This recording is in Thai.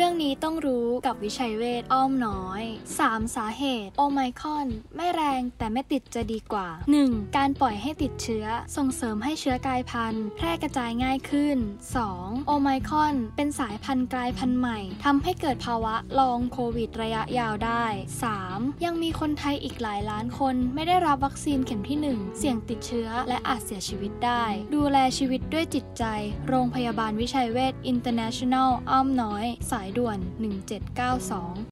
รื่องนี้ต้องรู้กับวิชัยเวชอ้อมน้อย 3 สาเหตุโอไมครอนไม่แรงแต่ไม่ติดจะดีกว่า 1. การปล่อยให้ติดเชื้อส่งเสริมให้เชื้อกลายพันธุ์แพร่กระจายง่ายขึ้น 2. โอไมครอนเป็นสายพันธุ์กลายพันธุ์ใหม่ทำให้เกิดภาวะลองโควิดระยะยาวได้ 3. ยังมีคนไทยอีกหลายล้านคนไม่ได้รับวัคซีนเข็มที่ 1 เสี่ยงติดเชื้อและอาจเสียชีวิตได้ดูแลชีวิตด้วยจิตใจโรงพยาบาลวิชัยเวช International อ้อมน้อยสายด่วน1792